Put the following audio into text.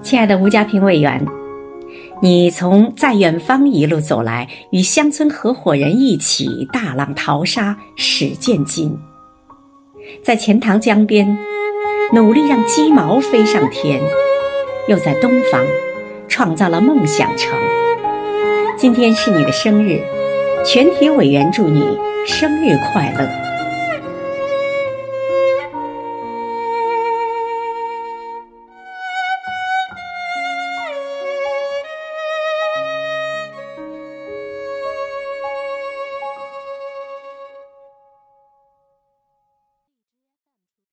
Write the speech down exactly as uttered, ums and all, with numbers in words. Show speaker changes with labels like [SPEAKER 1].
[SPEAKER 1] 亲爱的吴家平委员，你从在远方一路走来，与乡村合伙人一起大浪淘沙始见金，在钱塘江边努力让鸡毛飞上天，又在东方创造了梦想城。今天是你的生日，全体委员祝你生日快乐。